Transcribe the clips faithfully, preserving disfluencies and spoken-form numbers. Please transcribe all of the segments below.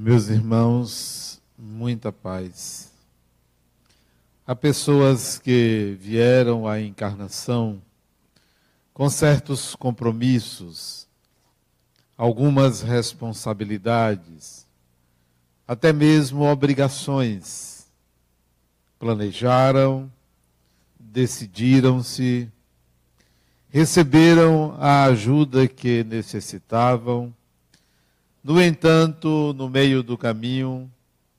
Meus irmãos, muita paz. Há pessoas que vieram à encarnação com certos compromissos, algumas responsabilidades, até mesmo obrigações. Planejaram, decidiram-se, receberam a ajuda que necessitavam. No entanto, no meio do caminho,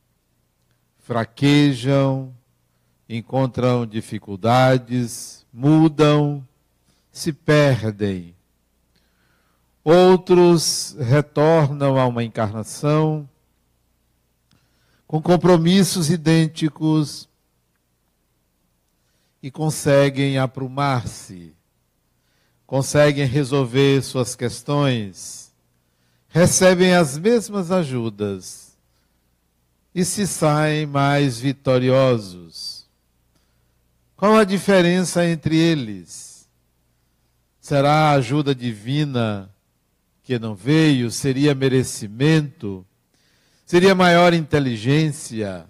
fraquejam, encontram dificuldades, mudam, se perdem. Outros retornam a uma encarnação com compromissos idênticos e conseguem aprumar-se, conseguem resolver suas questões, recebem as mesmas ajudas e se saem mais vitoriosos. Qual a diferença entre eles? Será a ajuda divina que não veio? Seria merecimento? Seria maior inteligência?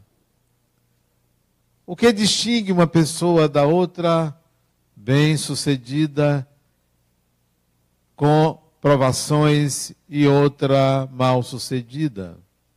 O que distingue uma pessoa da outra bem-sucedida com provações e outra mal-sucedida?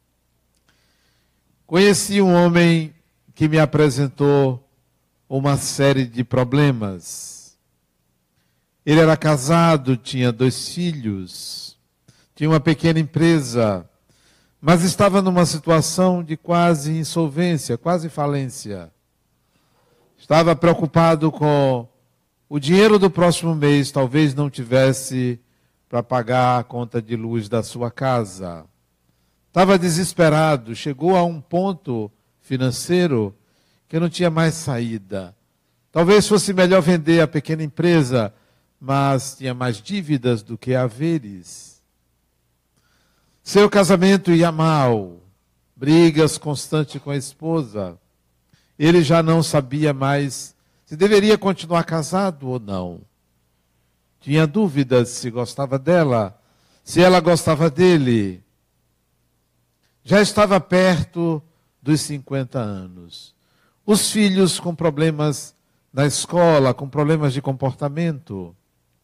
Conheci um homem que me apresentou uma série de problemas. Ele era casado, tinha dois filhos, tinha uma pequena empresa, mas estava numa situação de quase insolvência, quase falência. Estava preocupado com o dinheiro do próximo mês, talvez não tivesse para pagar a conta de luz da sua casa. Estava desesperado, chegou a um ponto financeiro que não tinha mais saída. Talvez fosse melhor vender a pequena empresa, mas tinha mais dívidas do que haveres. Seu casamento ia mal, brigas constantes com a esposa. Ele já não sabia mais se deveria continuar casado ou não. Tinha dúvidas se gostava dela, se ela gostava dele. Já estava perto dos cinquenta anos. Os filhos com problemas na escola, com problemas de comportamento.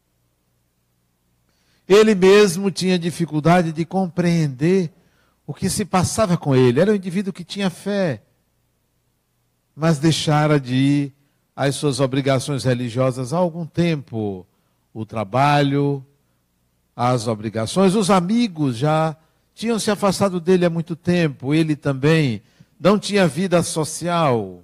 Ele mesmo tinha dificuldade de compreender o que se passava com ele. Era um indivíduo que tinha fé, mas deixara de ir às suas obrigações religiosas há algum tempo. O trabalho, as obrigações, os amigos já tinham se afastado dele há muito tempo. Ele também não tinha vida social.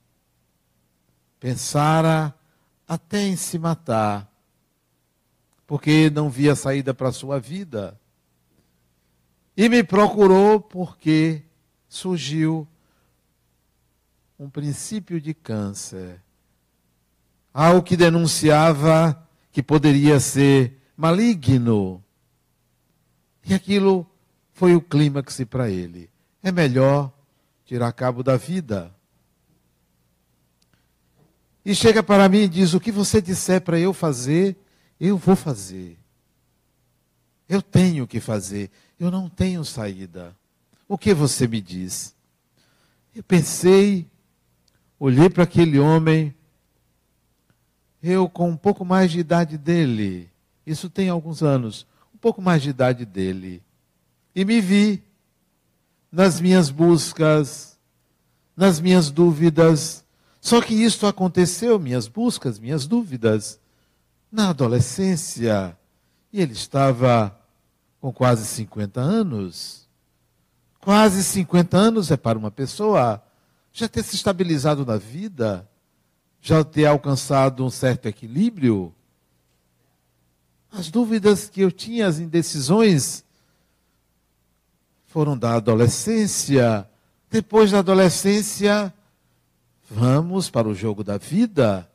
Pensara até em se matar, porque não via saída para a sua vida. E me procurou porque surgiu um princípio de câncer, algo que denunciava que poderia ser maligno. E aquilo foi o clímax para ele. É melhor tirar cabo da vida. E chega para mim e diz: o que você disser para eu fazer, eu vou fazer. Eu tenho que fazer. Eu não tenho saída. O que você me diz? Eu pensei, olhei para aquele homem, eu com um pouco mais de idade dele, isso tem alguns anos, um pouco mais de idade dele, e me vi nas minhas buscas, nas minhas dúvidas. Só que isso aconteceu, minhas buscas, minhas dúvidas, na adolescência. E ele estava com quase cinquenta anos. Quase cinquenta anos é para uma pessoa já ter se estabilizado na vida, já ter alcançado um certo equilíbrio. As dúvidas que eu tinha, as indecisões, foram da adolescência. Depois da adolescência, vamos para o jogo da vida.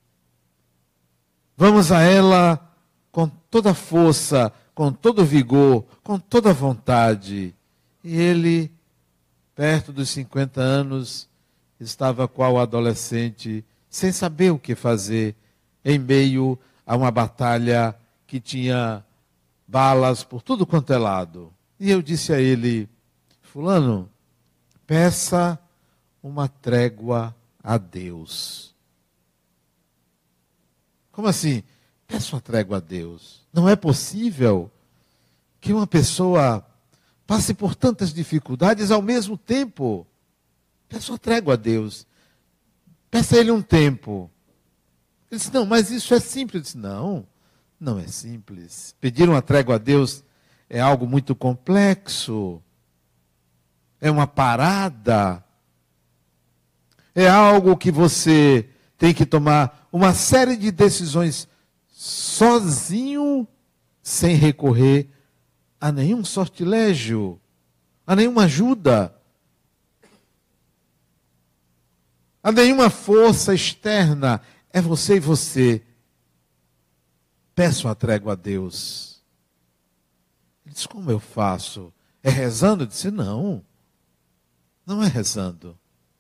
Vamos a ela com toda força, com todo vigor, com toda vontade. E ele, perto dos cinquenta anos, estava qual adolescente, sem saber o que fazer, em meio a uma batalha que tinha balas por tudo quanto é lado. E eu disse a ele: fulano, peça uma trégua a Deus. Como assim? Peça uma trégua a Deus. Não é possível que uma pessoa passe por tantas dificuldades ao mesmo tempo. Peça uma trégua a Deus. Peça a Ele um tempo. Ele disse, não, mas isso é simples. Eu disse, não, não é simples. Pedir uma trégua a Deus é algo muito complexo. É uma parada. É algo que você tem que tomar uma série de decisões sozinho, sem recorrer a nenhum sortilégio, a nenhuma ajuda, a nenhuma força externa. É você e você. Peço uma trégua a Deus. Ele disse, como eu faço? É rezando? Eu disse, não. Não é rezando.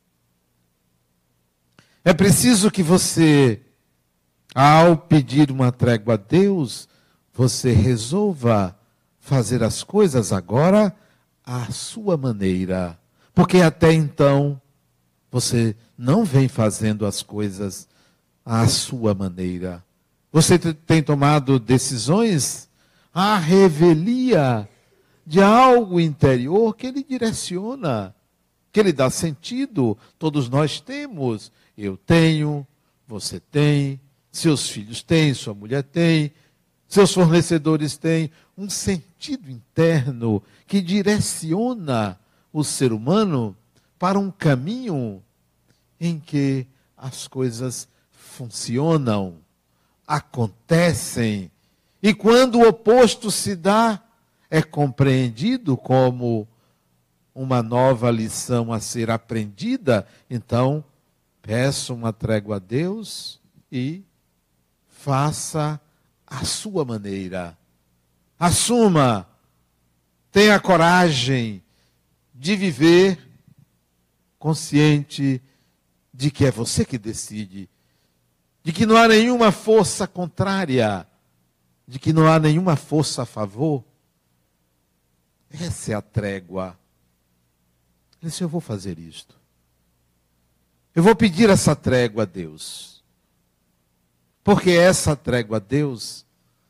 É preciso que você, ao pedir uma trégua a Deus, você resolva fazer as coisas agora à sua maneira. Porque até então, você não vem fazendo as coisas à sua maneira. Você tem tomado decisões à revelia de algo interior que Ele direciona, que Ele dá sentido. Todos nós temos. Eu tenho, você tem, seus filhos têm, sua mulher tem, seus fornecedores têm. Um sentido interno que direciona o ser humano para um caminho em que as coisas funcionam, acontecem. E quando o oposto se dá, é compreendido como uma nova lição a ser aprendida. Então, peça uma trégua a Deus e faça a sua maneira. Assuma, tenha coragem de viver consciente de que é você que decide, de que não há nenhuma força contrária, de que não há nenhuma força a favor. Essa é a trégua. Ele disse, eu vou fazer isto. Eu vou pedir essa trégua a Deus. Porque essa trégua a Deus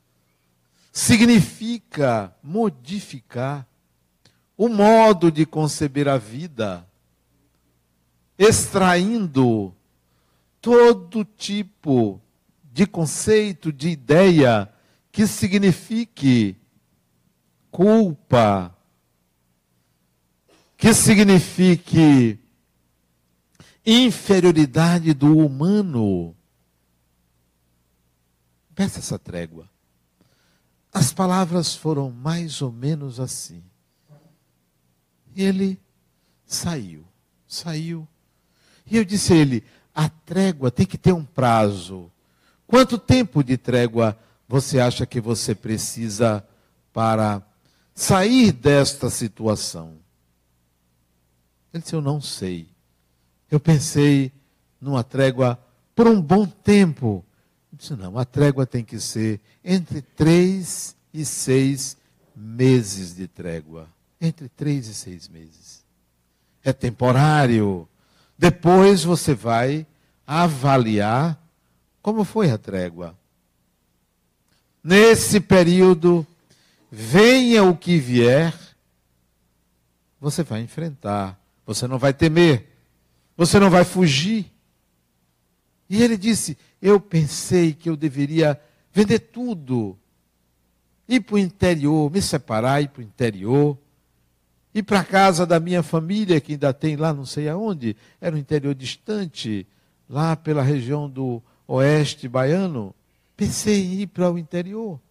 significa modificar o modo de conceber a vida, extraindo todo tipo de conceito, de ideia que signifique culpa, que signifique inferioridade do humano. Peça essa trégua. As palavras foram mais ou menos assim. E ele saiu, saiu. E eu disse a ele, a trégua tem que ter um prazo. Quanto tempo de trégua você acha que você precisa para sair desta situação? Ele disse, eu não sei. Eu pensei numa trégua por um bom tempo. Eu disse, não, a trégua tem que ser entre três e seis meses de trégua. Entre três e seis meses. É temporário. Depois você vai avaliar como foi a trégua. Nesse período, venha o que vier, você vai enfrentar. Você não vai temer. Você não vai fugir. E ele disse, eu pensei que eu deveria vender tudo. Ir para o interior, me separar, ir para o interior. Ir para a casa da minha família, que ainda tem lá não sei aonde. Era um interior distante, lá pela região do oeste baiano. Pensei em ir para o interior.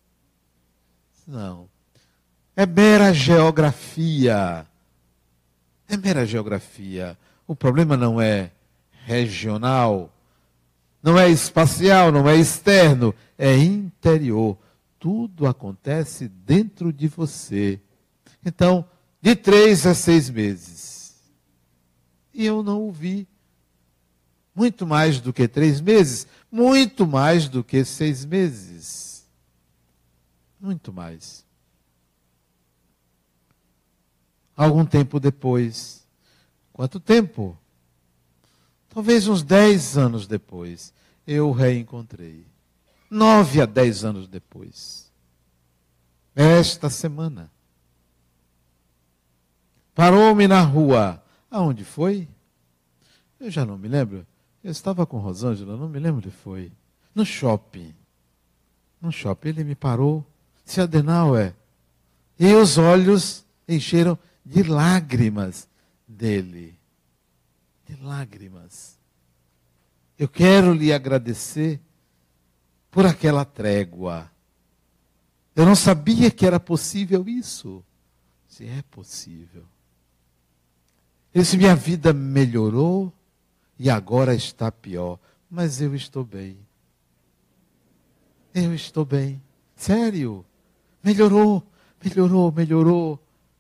Não. É mera geografia. É mera geografia. O problema não é regional, não é espacial, não é externo, é interior. Tudo acontece dentro de você. Então, de três a seis meses. E eu não o vi. Muito mais do que três meses, muito mais do que seis meses. Muito mais. algum tempo depois. Quanto tempo? Talvez uns dez anos depois, eu o reencontrei. Nove a dez anos depois. Esta semana. Parou-me na rua. Aonde foi? Eu já não me lembro. Eu estava com Rosângela, não me lembro onde foi. No shopping. No shopping. Ele me parou. Disse: Adenauer. E os olhos encheram de lágrimas dele. De lágrimas. Eu quero lhe agradecer por aquela trégua. Eu não sabia que era possível isso. Se é possível. Ele disse: minha vida melhorou e agora está pior. Mas eu estou bem. Eu estou bem. Sério. Melhorou, melhorou, melhorou.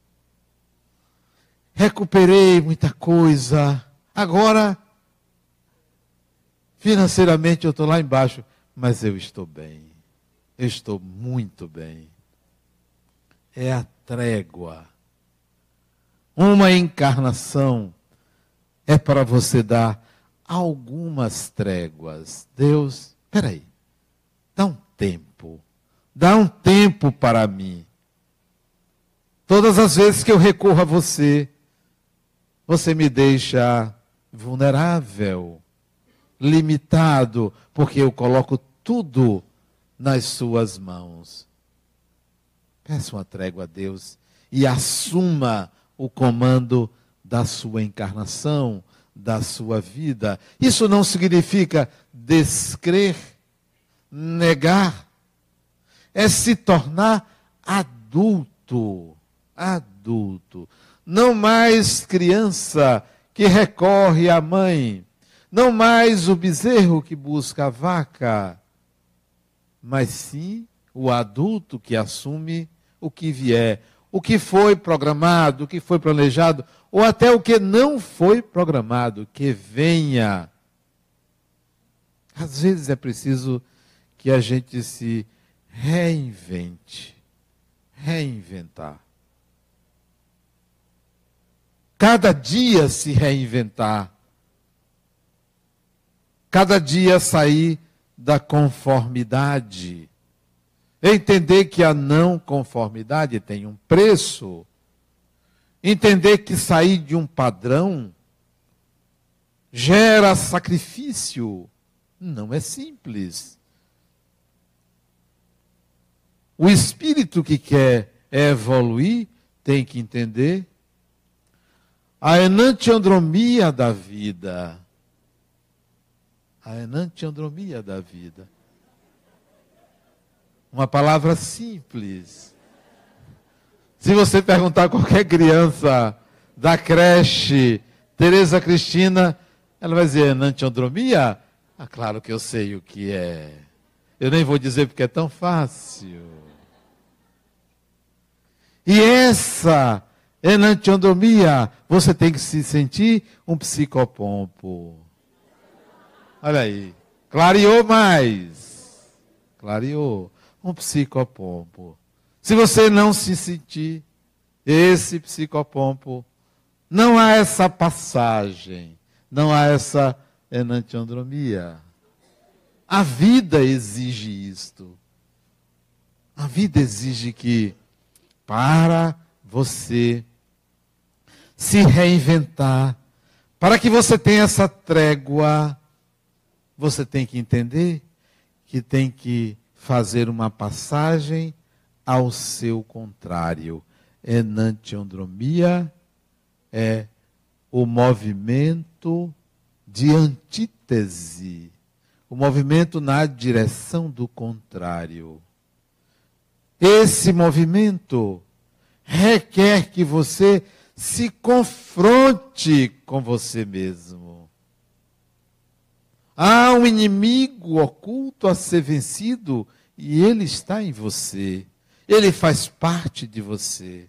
Recuperei muita coisa. Agora, financeiramente eu estou lá embaixo, mas eu estou bem. Eu estou muito bem. É a trégua. Uma encarnação é para você dar algumas tréguas. Deus, espera aí, dá um tempo. Dá um tempo para mim. Todas as vezes que eu recorro a você, você me deixa vulnerável, limitado, porque eu coloco tudo nas suas mãos. Peça uma trégua a Deus e assuma o comando da sua encarnação, da sua vida. Isso não significa descrer, negar. É se tornar adulto. Adulto. Não mais criança que recorre à mãe. Não mais o bezerro que busca a vaca. Mas sim o adulto que assume o que vier. O que foi programado, o que foi planejado, ou até o que não foi programado, que venha. Às vezes é preciso que a gente se reinvente. Reinventar. Cada dia se reinventar. Cada dia sair da conformidade. Entender que a não conformidade tem um preço. Entender que sair de um padrão gera sacrifício. Não é simples. O espírito que quer evoluir tem que entender a enantiandromia da vida. A enantiandromia da vida. Uma palavra simples. Se você perguntar a qualquer criança da creche, Tereza Cristina, ela vai dizer enantiandromia? Ah, claro que eu sei o que é. Eu nem vou dizer porque é tão fácil. E essa enantiandromia, você tem que se sentir um psicopompo. Olha aí. Clareou mais. Clareou. Um psicopompo. Se você não se sentir esse psicopompo, não há essa passagem, não há essa enantiandromia. A vida exige isto. A vida exige que, para você se reinventar, para que você tenha essa trégua, você tem que entender que tem que fazer uma passagem ao seu contrário. Enantiandromia é o movimento de antítese, o movimento na direção do contrário. Esse movimento requer que você se confronte com você mesmo. Há um inimigo oculto a ser vencido e ele está em você. Ele faz parte de você.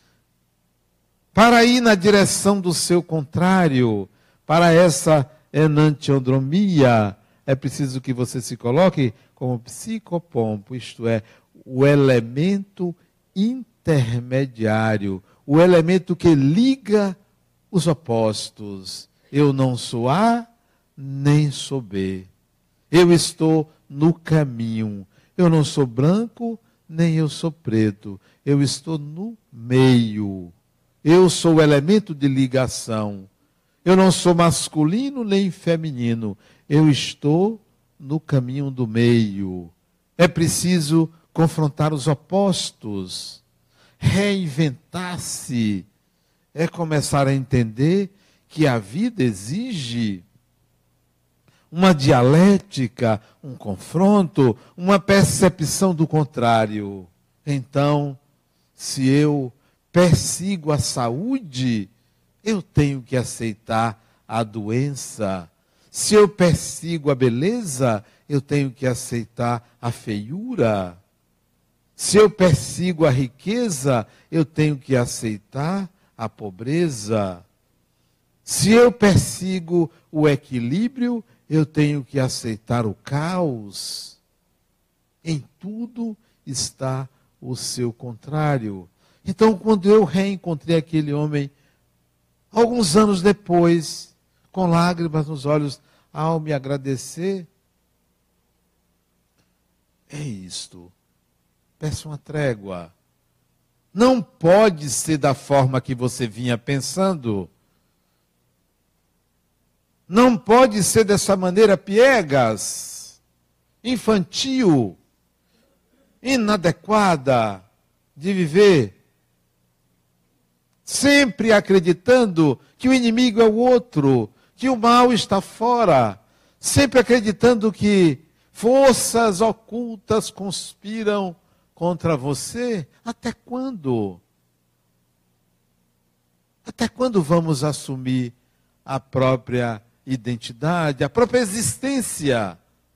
Para ir na direção do seu contrário, para essa enantiandromia, é preciso que você se coloque como psicopompo, isto é, o elemento intermediário, o elemento que liga os opostos. Eu não sou A, nem sou B. Eu estou no caminho. Eu não sou branco, nem eu sou preto. Eu estou no meio. Eu sou o elemento de ligação. Eu não sou masculino nem feminino. Eu estou no caminho do meio. É preciso confrontar os opostos. Reinventar-se. É começar a entender que a vida exige uma dialética, um confronto, uma percepção do contrário. Então, se eu persigo a saúde, eu tenho que aceitar a doença. Se eu persigo a beleza, eu tenho que aceitar a feiura. Se eu persigo a riqueza, eu tenho que aceitar a pobreza. Se eu persigo o equilíbrio, eu tenho que aceitar o caos. Em tudo está o seu contrário. Então, quando eu reencontrei aquele homem, alguns anos depois, com lágrimas nos olhos, ao me agradecer, é isto. Peço uma trégua. Não pode ser da forma que você vinha pensando. Não pode ser dessa maneira piegas, infantil, inadequada de viver. Sempre acreditando que o inimigo é o outro, que o mal está fora. Sempre acreditando que forças ocultas conspiram contra você. Até quando? Até quando vamos assumir a própria identidade, a própria existência?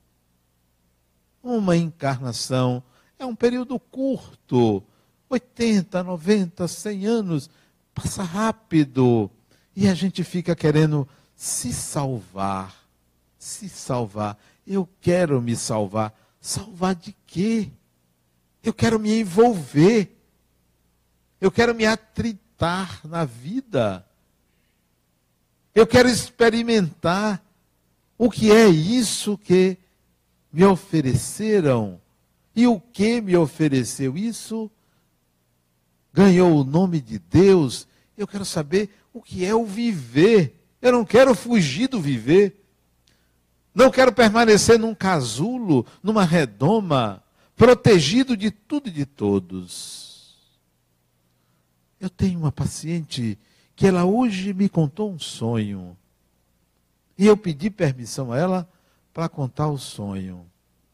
Uma encarnação é um período curto, oitenta, noventa, cem anos, passa rápido, e a gente fica querendo se salvar, se salvar. Eu quero me salvar. Salvar de quê? Eu quero me envolver, eu quero me atritar na vida. Eu quero experimentar o que é isso que me ofereceram. E o que me ofereceu isso ganhou o nome de Deus. Eu quero saber o que é o viver. Eu não quero fugir do viver. Não quero permanecer num casulo, numa redoma, protegido de tudo e de todos. Eu tenho uma paciente que ela hoje me contou um sonho. E eu pedi permissão a ela para contar o sonho.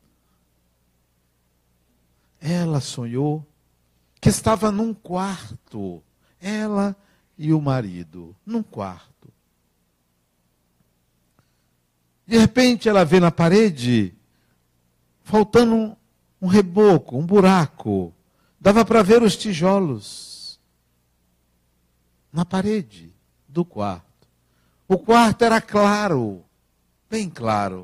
Ela sonhou que estava num quarto, ela e o marido, num quarto. De repente ela vê na parede, faltando um, um reboco, um buraco. Dava para ver os tijolos na parede do quarto. O quarto era claro, bem claro.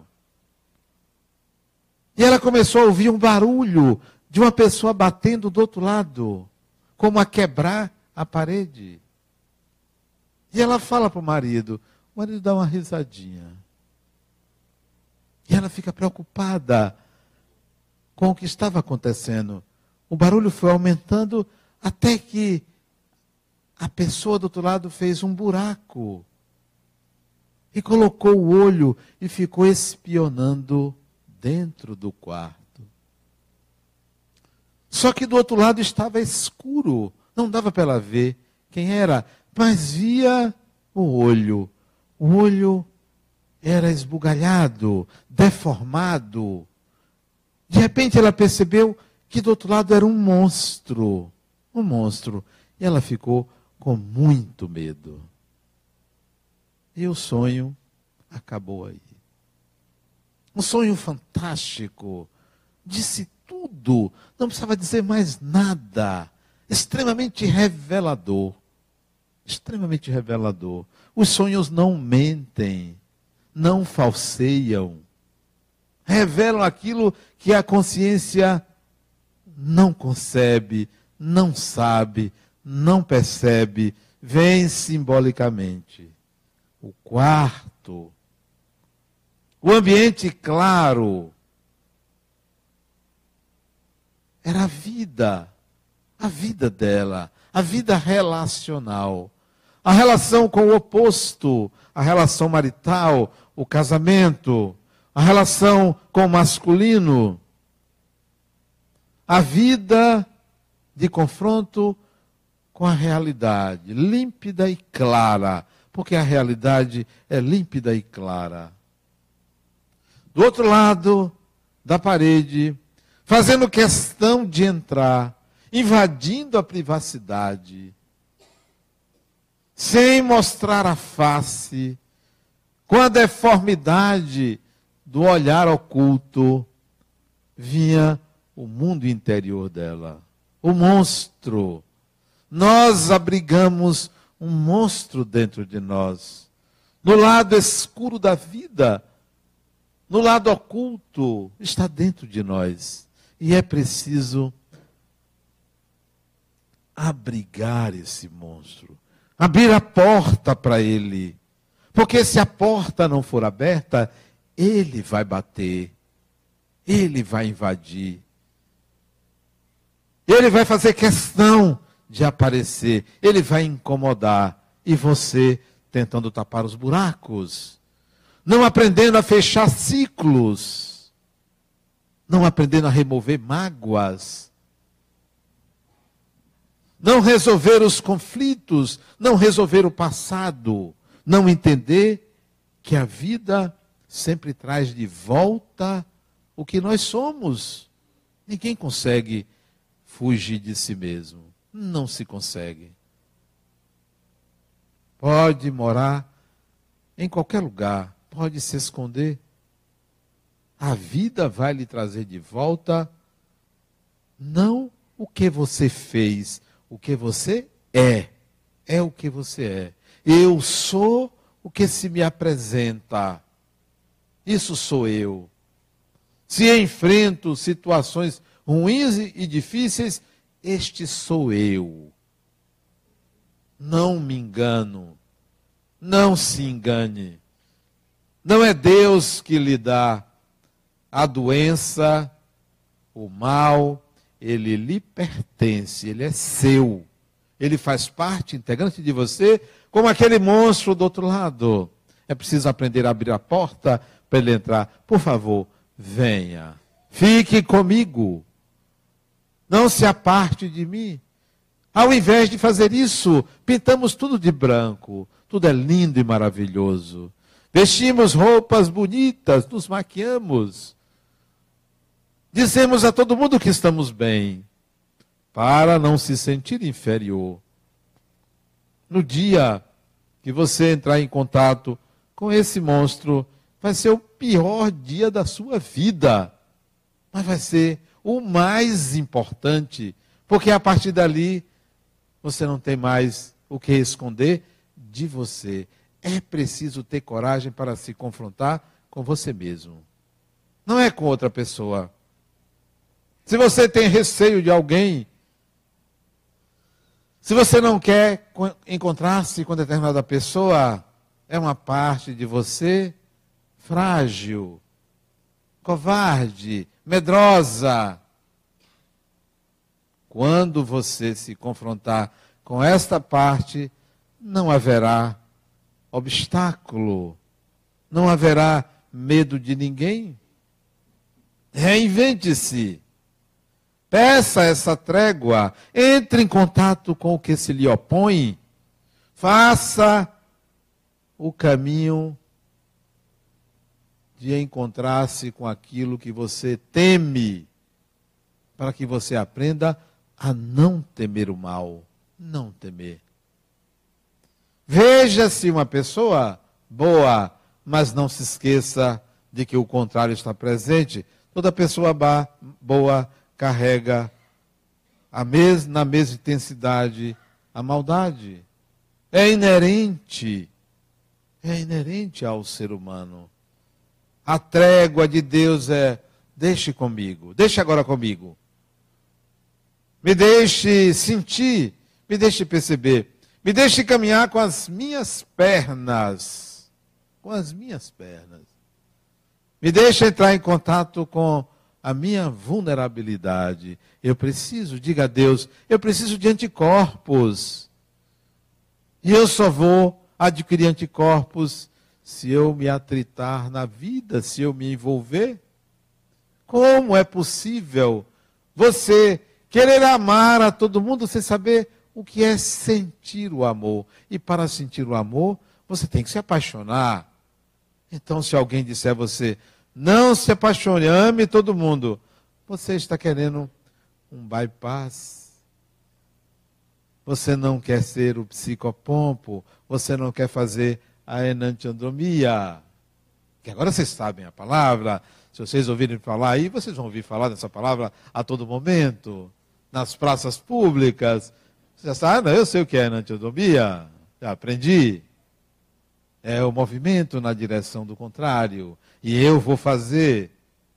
E ela começou a ouvir um barulho de uma pessoa batendo do outro lado, como a quebrar a parede. E ela fala para o marido, o marido dá uma risadinha. E ela fica preocupada com o que estava acontecendo. O barulho foi aumentando até que a pessoa do outro lado fez um buraco e colocou o olho e ficou espionando dentro do quarto. Só que do outro lado estava escuro, não dava para ela ver quem era, mas via o olho. O olho era esbugalhado, deformado. De repente ela percebeu que do outro lado era um monstro, um monstro. E ela ficou com muito medo. E o sonho acabou aí. Um sonho fantástico. Disse tudo. Não precisava dizer mais nada. Extremamente revelador. Extremamente revelador. Os sonhos não mentem. Não falseiam. Revelam aquilo que a consciência não concebe, não sabe, não percebe, vem simbolicamente. O quarto, o ambiente claro, era a vida, a vida dela, a vida relacional. A relação com o oposto, a relação marital, o casamento, a relação com o masculino. A vida de confronto com a realidade, límpida e clara, porque a realidade é límpida e clara. Do outro lado da parede, fazendo questão de entrar, invadindo a privacidade, sem mostrar a face, com a deformidade do olhar oculto, vinha o mundo interior dela, o monstro. Nós abrigamos um monstro dentro de nós, no lado escuro da vida, no lado oculto, está dentro de nós. E é preciso abrigar esse monstro, abrir a porta para ele. Porque se a porta não for aberta, ele vai bater, ele vai invadir. Ele vai fazer questão de aparecer, ele vai incomodar. E você tentando tapar os buracos, não aprendendo a fechar ciclos, não aprendendo a remover mágoas, não resolver os conflitos, não resolver o passado, não entender que a vida sempre traz de volta o que nós somos. Ninguém consegue fugir de si mesmo. Não se consegue. Pode morar em qualquer lugar, pode se esconder. A vida vai lhe trazer de volta não o que você fez, o que você é. É o que você é. Eu sou o que se me apresenta. Isso sou eu. Se enfrento situações ruins e difíceis, este sou eu. Não me engano. Não se engane. Não é Deus que lhe dá a doença, o mal, ele lhe pertence, ele é seu. Ele faz parte integrante de você, como aquele monstro do outro lado. É preciso aprender a abrir a porta para ele entrar. Por favor, venha. Fique comigo. Não se aparte de mim. Ao invés de fazer isso, pintamos tudo de branco. Tudo é lindo e maravilhoso. Vestimos roupas bonitas, nos maquiamos. Dizemos a todo mundo que estamos bem, para não se sentir inferior. No dia que você entrar em contato com esse monstro, vai ser o pior dia da sua vida. Mas vai ser o mais importante, porque a partir dali, você não tem mais o que esconder de você. É preciso ter coragem para se confrontar com você mesmo. Não é com outra pessoa. Se você tem receio de alguém, se você não quer encontrar-se com determinada pessoa, é uma parte de você frágil, covarde, medrosa. Quando você se confrontar com esta parte, não haverá obstáculo, não haverá medo de ninguém. Reinvente-se. Peça essa trégua, entre em contato com o que se lhe opõe, faça o caminho de encontrar-se com aquilo que você teme, para que você aprenda a não temer o mal, não temer. Veja-se uma pessoa boa, mas não se esqueça de que o contrário está presente. Toda pessoa boa carrega a mes- na mesma intensidade a maldade. É inerente, é inerente ao ser humano. A trégua de Deus é, deixe comigo, deixe agora comigo. Me deixe sentir, Me deixe perceber. Me deixe caminhar com as minhas pernas. Com as minhas pernas. Me deixe entrar em contato com a minha vulnerabilidade. Eu preciso, diga a Deus, eu preciso de anticorpos. E eu só vou adquirir anticorpos se eu me atritar na vida, se eu me envolver. Como é possível você querer amar a todo mundo sem saber o que é sentir o amor? E para sentir o amor, você tem que se apaixonar. Então, se alguém disser a você, não se apaixone, ame todo mundo, você está querendo um bypass. Você não quer ser o psicopompo, você não quer fazer a enantiandromia. Que agora vocês sabem a palavra, se vocês ouvirem falar aí, vocês vão ouvir falar dessa palavra a todo momento, nas praças públicas. Você já sabe, ah, eu sei o que é enantiandromia, já aprendi. É o movimento na direção do contrário. E eu vou fazer.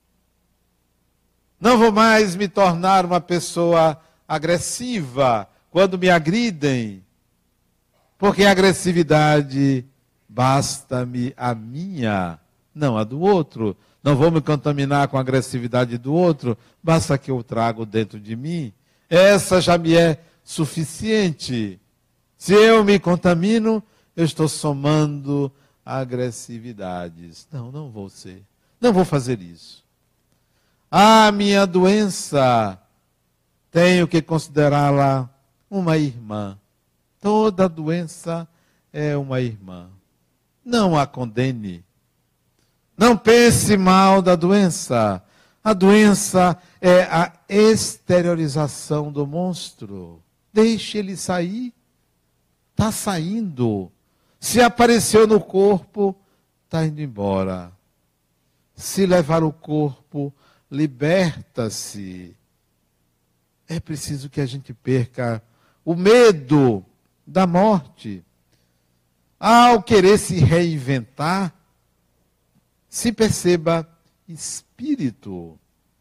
Não vou mais me tornar uma pessoa agressiva quando me agridem. Porque a agressividade basta-me a minha, não a do outro. Não vou me contaminar com a agressividade do outro, basta que eu trago dentro de mim. Essa já me é suficiente. Se eu me contamino, eu estou somando agressividades. Não, não vou ser. Não vou fazer isso. A minha doença, tenho que considerá-la uma irmã. Toda doença é uma irmã. Não a condene. Não pense mal da doença. A doença é a exteriorização do monstro. Deixe ele sair. Está saindo. Se apareceu no corpo, está indo embora. Se levar o corpo, liberta-se. É preciso que a gente perca o medo da morte. Ao querer se reinventar, se perceba espírito.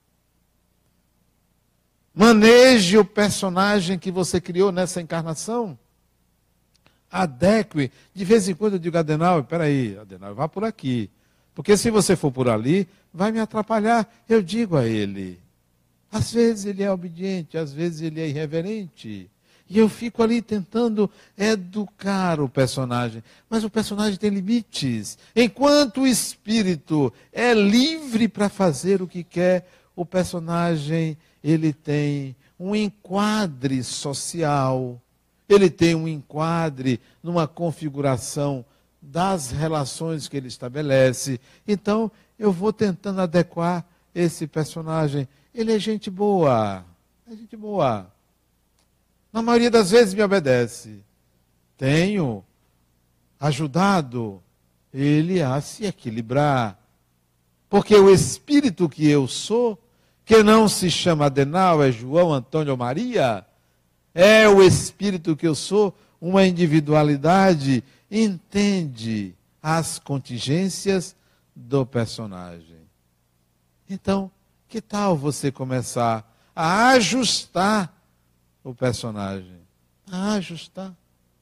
Maneje o personagem que você criou nessa encarnação. Adeque. De vez em quando eu digo, Adenauer, peraí, Adenauer, vá por aqui. Porque se você for por ali, vai me atrapalhar. Eu digo a ele. Às vezes ele é obediente, às vezes ele é irreverente. E eu fico ali tentando educar o personagem. Mas o personagem tem limites. Enquanto o espírito é livre para fazer o que quer, o personagem ele tem um enquadre social. Ele tem um enquadre numa configuração das relações que ele estabelece. Então, eu vou tentando adequar esse personagem. Ele é gente boa. É gente boa. Na maioria das vezes me obedece. Tenho ajudado ele a se equilibrar. Porque o espírito que eu sou, que não se chama Adenauer, é João, Antônio ou Maria, é o espírito que eu sou, uma individualidade, entende as contingências do personagem. Então, que tal você começar a ajustar o personagem? A ajustar.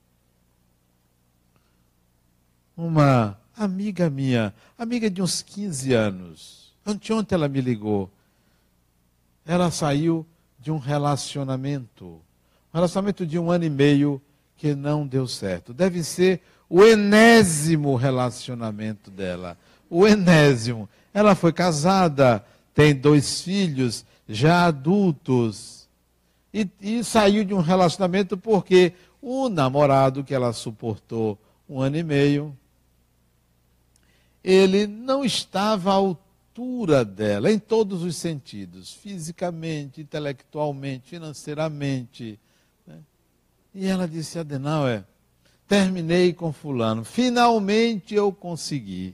Uma amiga minha, amiga de uns quinze anos, anteontem ela me ligou. Ela saiu de um relacionamento. Um relacionamento de um ano e meio que não deu certo. Deve ser o enésimo relacionamento dela. O enésimo. Ela foi casada, tem dois filhos, já adultos. E, e saiu de um relacionamento porque o namorado que ela suportou um ano e meio, ele não estava à altura dela, em todos os sentidos. Fisicamente, intelectualmente, financeiramente. E ela disse, Adenauer, terminei com fulano. Finalmente eu consegui.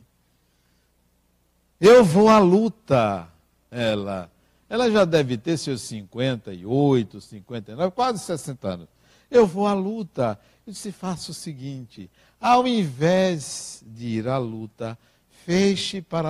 Eu vou à luta. Ela, ela já deve ter seus cinquenta e oito, cinquenta e nove, quase sessenta anos. Eu vou à luta. Eu disse, faça o seguinte, ao invés de ir à luta, feche para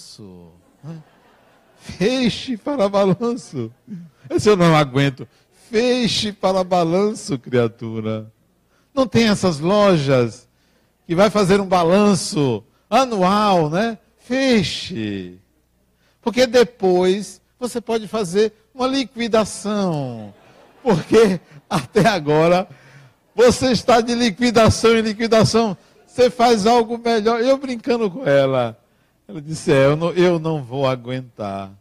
balanço. Feche para balanço. Eu disse, eu não aguento. feixe para balanço, criatura. Não tem essas lojas que vai fazer um balanço anual, né? Feche. Porque depois você pode fazer uma liquidação. Porque até agora você está de liquidação em liquidação. Você faz algo melhor. Eu brincando com ela. Ela disse, é, eu não, eu não vou aguentar.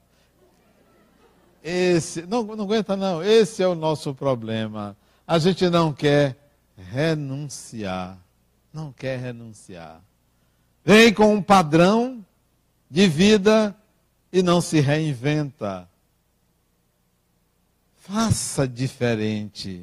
Esse, não, não aguenta não. Esse é o nosso problema. A gente não quer renunciar. Não quer renunciar. Vem com um padrão de vida e não se reinventa. Faça diferente.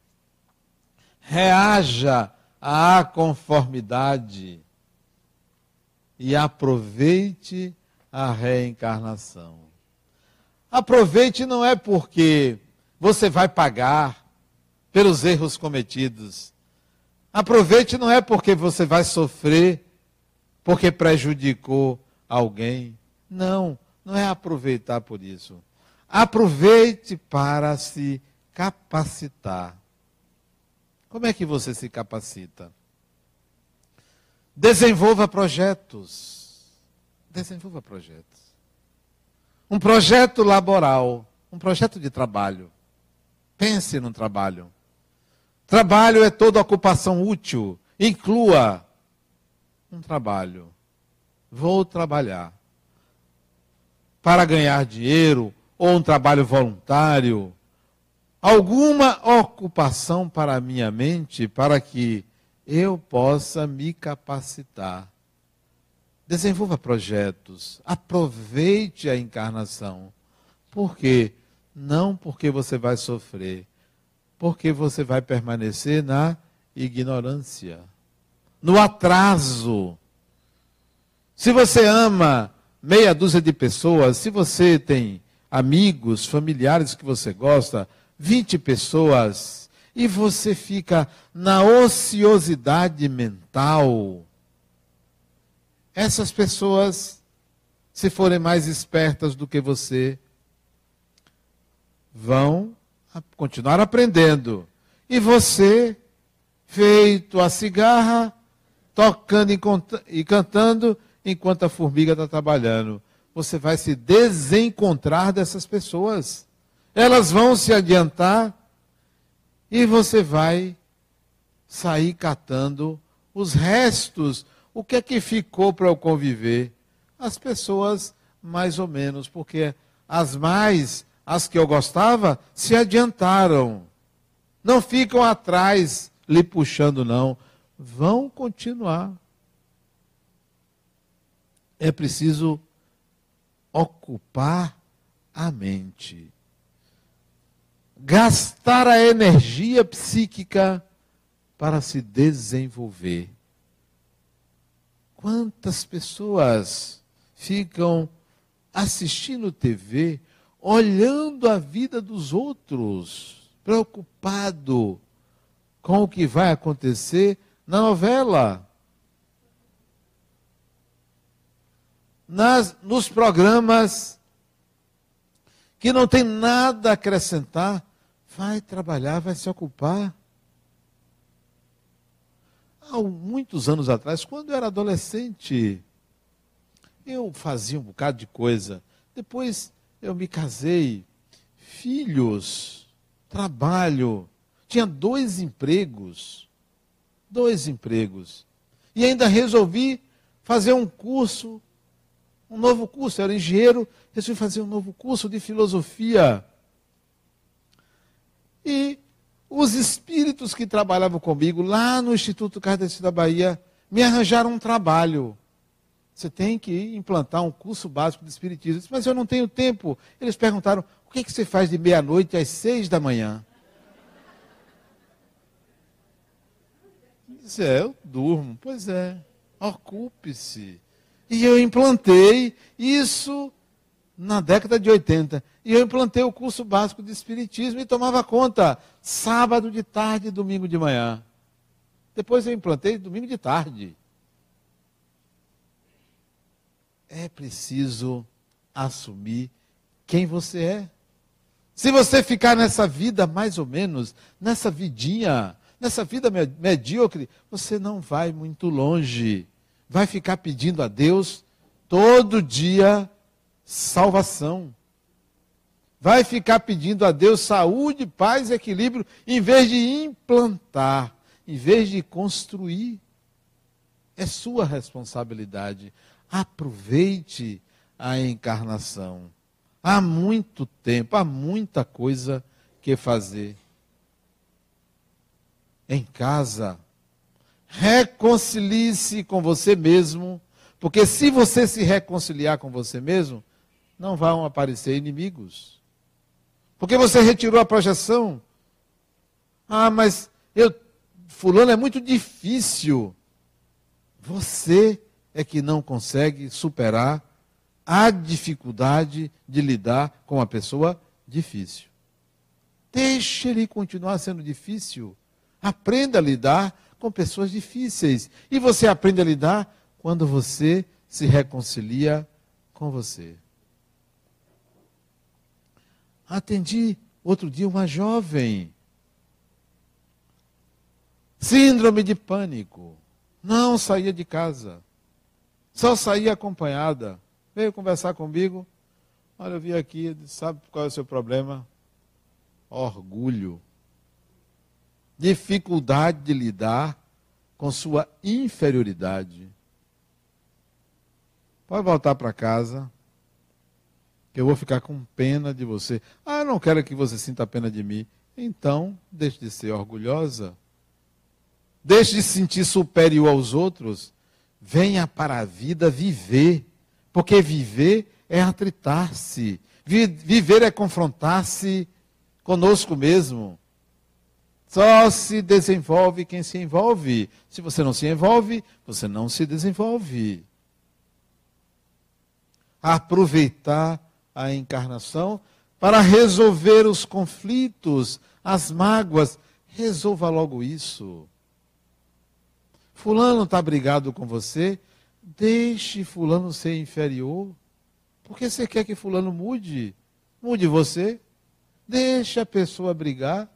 Reaja à conformidade e aproveite a reencarnação. Aproveite não é porque você vai pagar pelos erros cometidos. Aproveite não é porque você vai sofrer porque prejudicou alguém. Não, não é aproveitar por isso. Aproveite para se capacitar. Como é que você se capacita? Desenvolva projetos. Desenvolva projetos. Um projeto laboral, um projeto de trabalho. Pense no trabalho. Trabalho é toda ocupação útil. Inclua um trabalho. Vou trabalhar. Para ganhar dinheiro, ou um trabalho voluntário, alguma ocupação para a minha mente, para que eu possa me capacitar. Desenvolva projetos, aproveite a encarnação. Por quê? Não porque você vai sofrer, porque você vai permanecer na ignorância, no atraso. Se você ama meia dúzia de pessoas, se você tem amigos, familiares que você gosta, vinte pessoas, e você fica na ociosidade mental, essas pessoas, se forem mais espertas do que você, vão continuar aprendendo. E você, feito a cigarra, tocando e cantando, enquanto a formiga está trabalhando. Você vai se desencontrar dessas pessoas. Elas vão se adiantar e você vai sair catando os restos. O que é que ficou para eu conviver? As pessoas, mais ou menos, porque as mais, as que eu gostava, se adiantaram. Não ficam atrás, lhe puxando, não. Vão continuar. É preciso ocupar a mente. Gastar a energia psíquica para se desenvolver. Quantas pessoas ficam assistindo T V, olhando a vida dos outros, preocupado com o que vai acontecer na novela, nas, nos programas que não tem nada a acrescentar. Vai trabalhar, vai se ocupar. Há muitos anos atrás, quando eu era adolescente, eu fazia um bocado de coisa. Depois eu me casei, filhos, trabalho. Tinha dois empregos. Dois empregos. E ainda resolvi fazer um curso, um novo curso. Eu era engenheiro, resolvi fazer um novo curso de filosofia. E os espíritos que trabalhavam comigo lá no Instituto Kardec da Bahia me arranjaram um trabalho. Você tem que implantar um curso básico de espiritismo. Eu disse, mas eu não tenho tempo. Eles perguntaram, o que, é que você faz de meia-noite às seis da manhã? Eu disse, é, eu durmo. Pois é, ocupe-se. E eu implantei isso na década de oitenta. E eu implantei o curso básico de espiritismo e tomava conta sábado de tarde e domingo de manhã. Depois eu implantei domingo de tarde. É preciso assumir quem você é. Se você ficar nessa vida mais ou menos, nessa vidinha, nessa vida medíocre, você não vai muito longe. Vai ficar pedindo a Deus todo dia salvação. Vai ficar pedindo a Deus saúde, paz e equilíbrio, em vez de implantar, em vez de construir. É sua responsabilidade. Aproveite a encarnação. Há muito tempo, há muita coisa que fazer. Em casa, reconcilie-se com você mesmo, porque se você se reconciliar com você mesmo, não vão aparecer inimigos. Porque você retirou a projeção. Ah, mas eu, fulano é muito difícil. Você é que não consegue superar a dificuldade de lidar com uma pessoa difícil. Deixe ele continuar sendo difícil. Aprenda a lidar com pessoas difíceis. E você aprende a lidar quando você se reconcilia com você. Atendi outro dia uma jovem. Síndrome de pânico. Não saía de casa. Só saía acompanhada. Veio conversar comigo. Olha, eu vim aqui, sabe qual é o seu problema? Orgulho. Dificuldade de lidar com sua inferioridade. Pode voltar para casa, que eu vou ficar com pena de você. Ah, eu não quero que você sinta pena de mim. Então, deixe de ser orgulhosa. Deixe de se sentir superior aos outros. Venha para a vida viver. Porque viver é atritar-se. Viver é confrontar-se conosco mesmo. Só se desenvolve quem se envolve. Se você não se envolve, você não se desenvolve. Aproveitar a encarnação para resolver os conflitos, as mágoas. Resolva logo isso. Fulano está brigado com você, deixe fulano ser inferior. Por que você quer que fulano mude? Mude você. Deixe a pessoa brigar.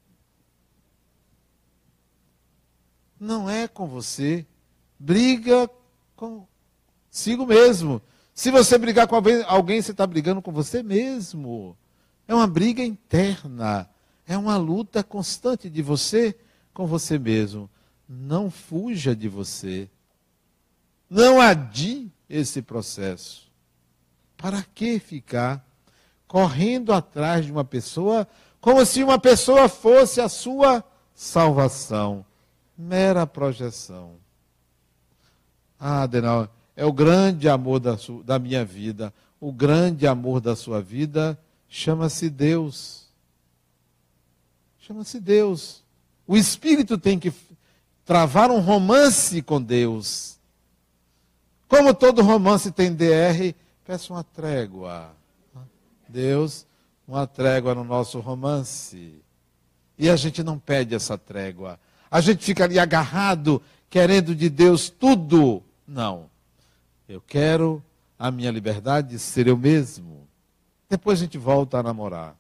Não é com você. Briga consigo mesmo. Se você brigar com alguém, você está brigando com você mesmo. É uma briga interna. É uma luta constante de você com você mesmo. Não fuja de você. Não adie esse processo. Para que ficar correndo atrás de uma pessoa como se uma pessoa fosse a sua salvação? Mera projeção. Ah, Adenal, é o grande amor da, sua, da minha vida. O grande amor da sua vida chama-se Deus. Chama-se Deus. O Espírito tem que travar um romance com Deus. Como todo romance tem D R, peça uma trégua. Deus, uma trégua no nosso romance. E a gente não pede essa trégua. A gente fica ali agarrado, querendo de Deus tudo. Não. Eu quero a minha liberdade de ser eu mesmo. Depois a gente volta a namorar.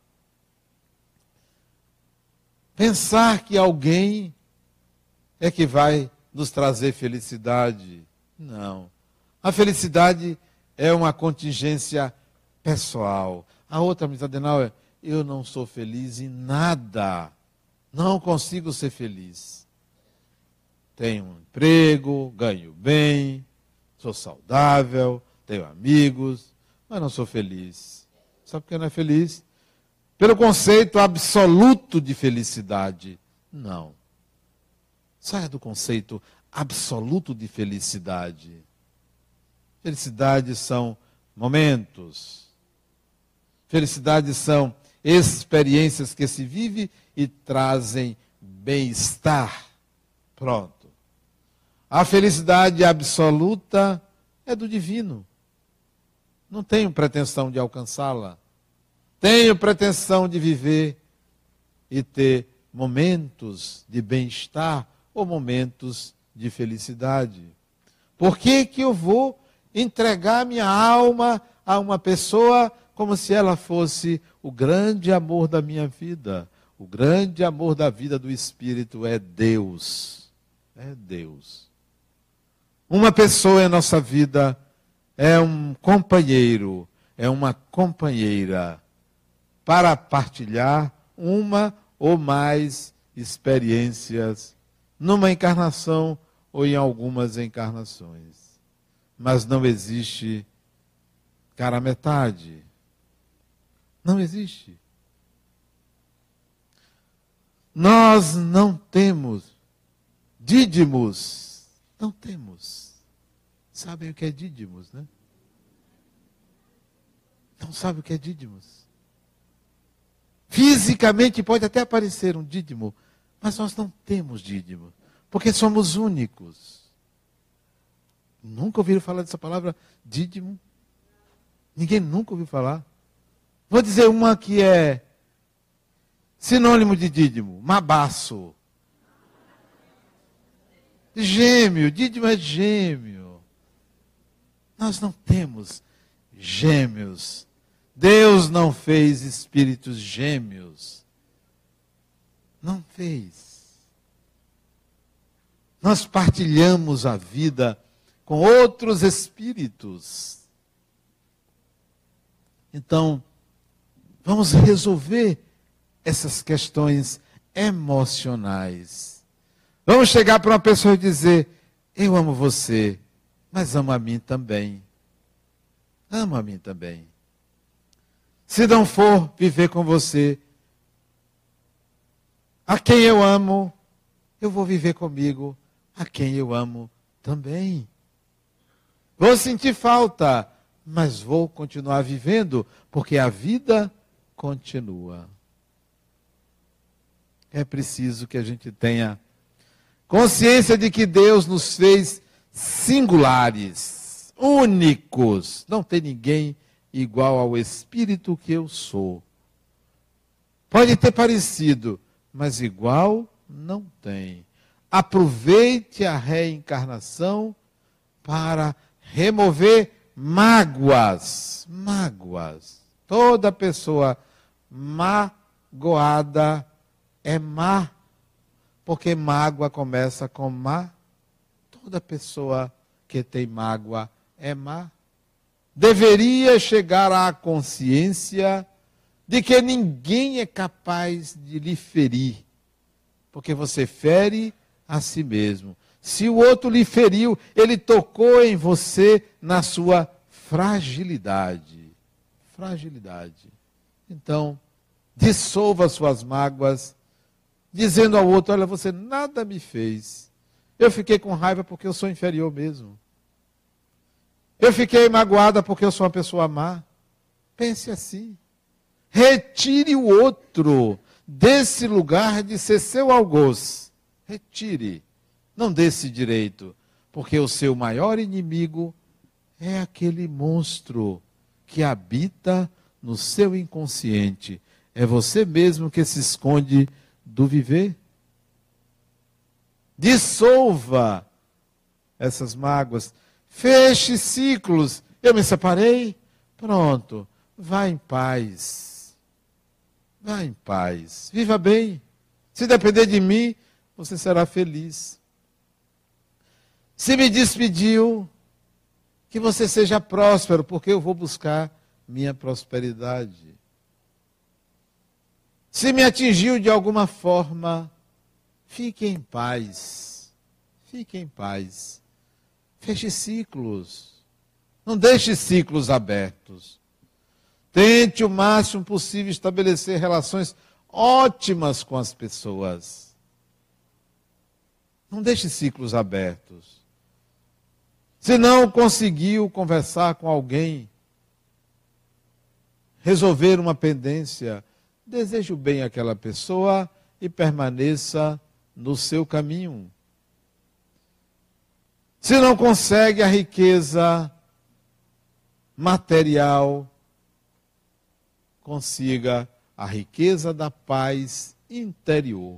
Pensar que alguém é que vai nos trazer felicidade. Não. A felicidade é uma contingência pessoal. A outra, Miss Adenauer, eu não sou feliz em nada. Não consigo ser feliz. Tenho um emprego, ganho bem, sou saudável, tenho amigos, mas não sou feliz. Sabe por que não é feliz? Pelo conceito absoluto de felicidade. Não. Saia do conceito absoluto de felicidade. Felicidade são momentos. Felicidade são experiências que se vivem e trazem bem-estar. Pronto. A felicidade absoluta é do divino. Não tenho pretensão de alcançá-la. Tenho pretensão de viver e ter momentos de bem-estar ou momentos de felicidade. Por que que eu vou entregar minha alma a uma pessoa como se ela fosse o grande amor da minha vida. O grande amor da vida do Espírito é Deus. É Deus. Uma pessoa em nossa vida é um companheiro, é uma companheira para partilhar uma ou mais experiências numa encarnação ou em algumas encarnações. Mas não existe cara metade. Não existe. Nós não temos dídimos. Não temos. Sabem o que é dídimos, né? Não sabem o que é dídimos. Fisicamente pode até aparecer um dídimo, mas nós não temos dídimo, porque somos únicos. Nunca ouviram falar dessa palavra dídimo? Ninguém nunca ouviu falar. Vou dizer uma que é sinônimo de dídimo: mabaço. Gêmeo, dídimo é gêmeo. Nós não temos gêmeos. Deus não fez espíritos gêmeos. Não fez. Nós partilhamos a vida com outros espíritos. Então, vamos resolver essas questões emocionais. Vamos chegar para uma pessoa e dizer: eu amo você, mas amo a mim também. Amo a mim também. Se não for viver com você, a quem eu amo, eu vou viver comigo, a quem eu amo também. Vou sentir falta, mas vou continuar vivendo, porque a vida continua. É preciso que a gente tenha consciência de que Deus nos fez singulares, únicos. Não tem ninguém igual ao Espírito que eu sou. Pode ter parecido, mas igual não tem. Aproveite a reencarnação para remover mágoas. Mágoas. Toda pessoa magoada é má, porque mágoa começa com má. Toda pessoa que tem mágoa é má. Deveria chegar à consciência de que ninguém é capaz de lhe ferir, porque você fere a si mesmo. Se o outro lhe feriu, ele tocou em você na sua fragilidade. Fragilidade. Então, dissolva suas mágoas, dizendo ao outro: olha, você nada me fez. Eu fiquei com raiva porque eu sou inferior mesmo. Eu fiquei magoada porque eu sou uma pessoa má. Pense assim. Retire o outro desse lugar de ser seu algoz. Retire. Não dê esse direito, porque o seu maior inimigo é aquele monstro que habita no seu inconsciente. É você mesmo que se esconde do viver. Dissolva essas mágoas. Feche ciclos. Eu me separei? Pronto. Vá em paz. Vá em paz. Viva bem. Se depender de mim, você será feliz. Se me despediu, que você seja próspero, porque eu vou buscar minha prosperidade. Se me atingiu de alguma forma, fique em paz. Fique em paz. Feche ciclos. Não deixe ciclos abertos. Tente o máximo possível estabelecer relações ótimas com as pessoas. Não deixe ciclos abertos. Se não conseguiu conversar com alguém, resolver uma pendência, deseje o bem àquela pessoa e permaneça no seu caminho. Se não consegue a riqueza material, consiga a riqueza da paz interior.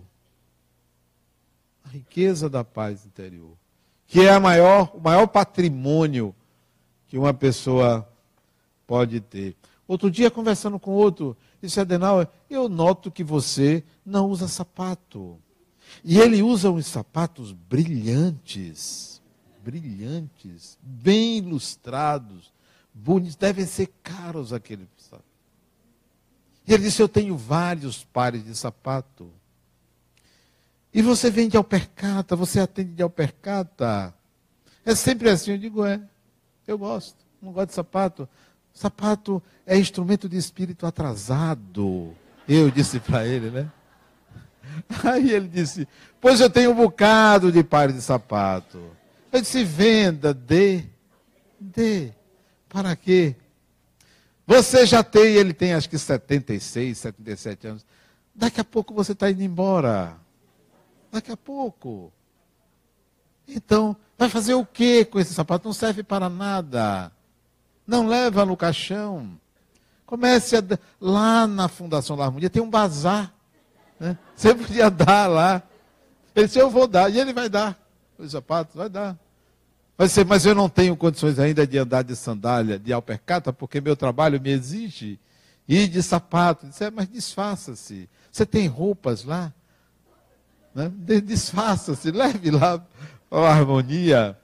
A riqueza da paz interior, que é a maior, o maior patrimônio que uma pessoa pode ter. Outro dia, conversando com outro, disse: Adenauer, eu noto que você não usa sapato. E ele usa uns sapatos brilhantes, brilhantes, bem ilustrados, bonitos, devem ser caros aqueles sapatos. E ele disse: eu tenho vários pares de sapato. E você vem de Alpercata, você atende de Alpercata. É sempre assim. Eu digo: é, eu gosto, não gosto de sapato. Sapato é instrumento de espírito atrasado. Eu disse para ele, né? Aí ele disse: pois eu tenho um bocado de pares de sapato. Eu disse: venda, dê, dê. Para quê? Você já tem, ele tem acho que setenta e seis, setenta e sete anos. Daqui a pouco você está indo embora. Daqui a pouco. Então, vai fazer o quê com esse sapato? Não serve para nada. Não leva no caixão. Comece a, lá na Fundação La Harmonia, tem um bazar. Né? Você podia dar lá. Ele disse: eu vou dar. E ele vai dar. Os sapatos, vai dar. Vai ser: mas eu não tenho condições ainda de andar de sandália, de alpercata, porque meu trabalho me exige ir de sapato. Disse: é, mas desfaça-se. Você tem roupas lá? Né? Desfaça-se, leve lá a harmonia.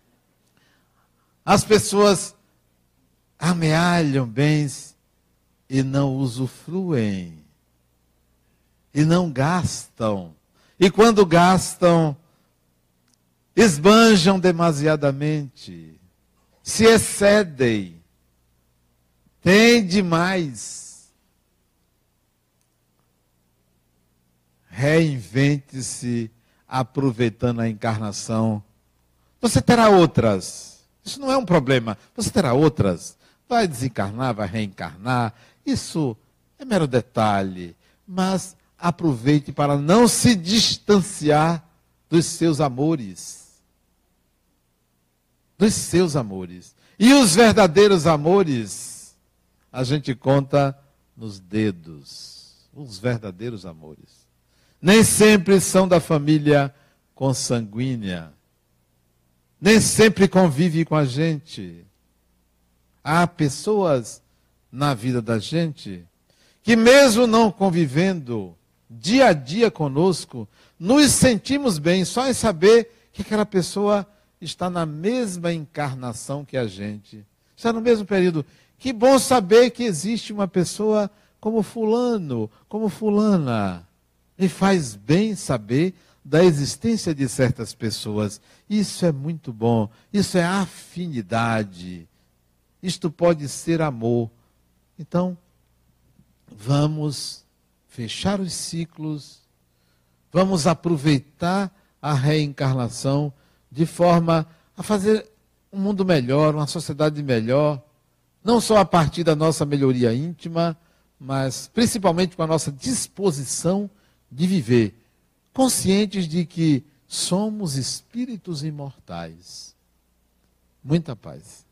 As pessoas amealham bens e não usufruem. E não gastam. E quando gastam, esbanjam demasiadamente. Se excedem. Tem demais. Reinvente-se aproveitando a encarnação. Você terá outras. Isso não é um problema. Você terá outras. Vai desencarnar, vai reencarnar. Isso é mero detalhe. Mas aproveite para não se distanciar dos seus amores. Dos seus amores. E os verdadeiros amores, a gente conta nos dedos. Os verdadeiros amores. Nem sempre são da família consanguínea. Nem sempre convive com a gente. Há pessoas na vida da gente que, mesmo não convivendo dia a dia conosco, nos sentimos bem só em saber que aquela pessoa está na mesma encarnação que a gente. Está no mesmo período. Que bom saber que existe uma pessoa como fulano, como fulana. E faz bem saber da existência de certas pessoas. Isso é muito bom. Isso é afinidade. Isto pode ser amor. Então, vamos fechar os ciclos, vamos aproveitar a reencarnação de forma a fazer um mundo melhor, uma sociedade melhor, não só a partir da nossa melhoria íntima, mas principalmente com a nossa disposição de viver, conscientes de que somos espíritos imortais. Muita paz.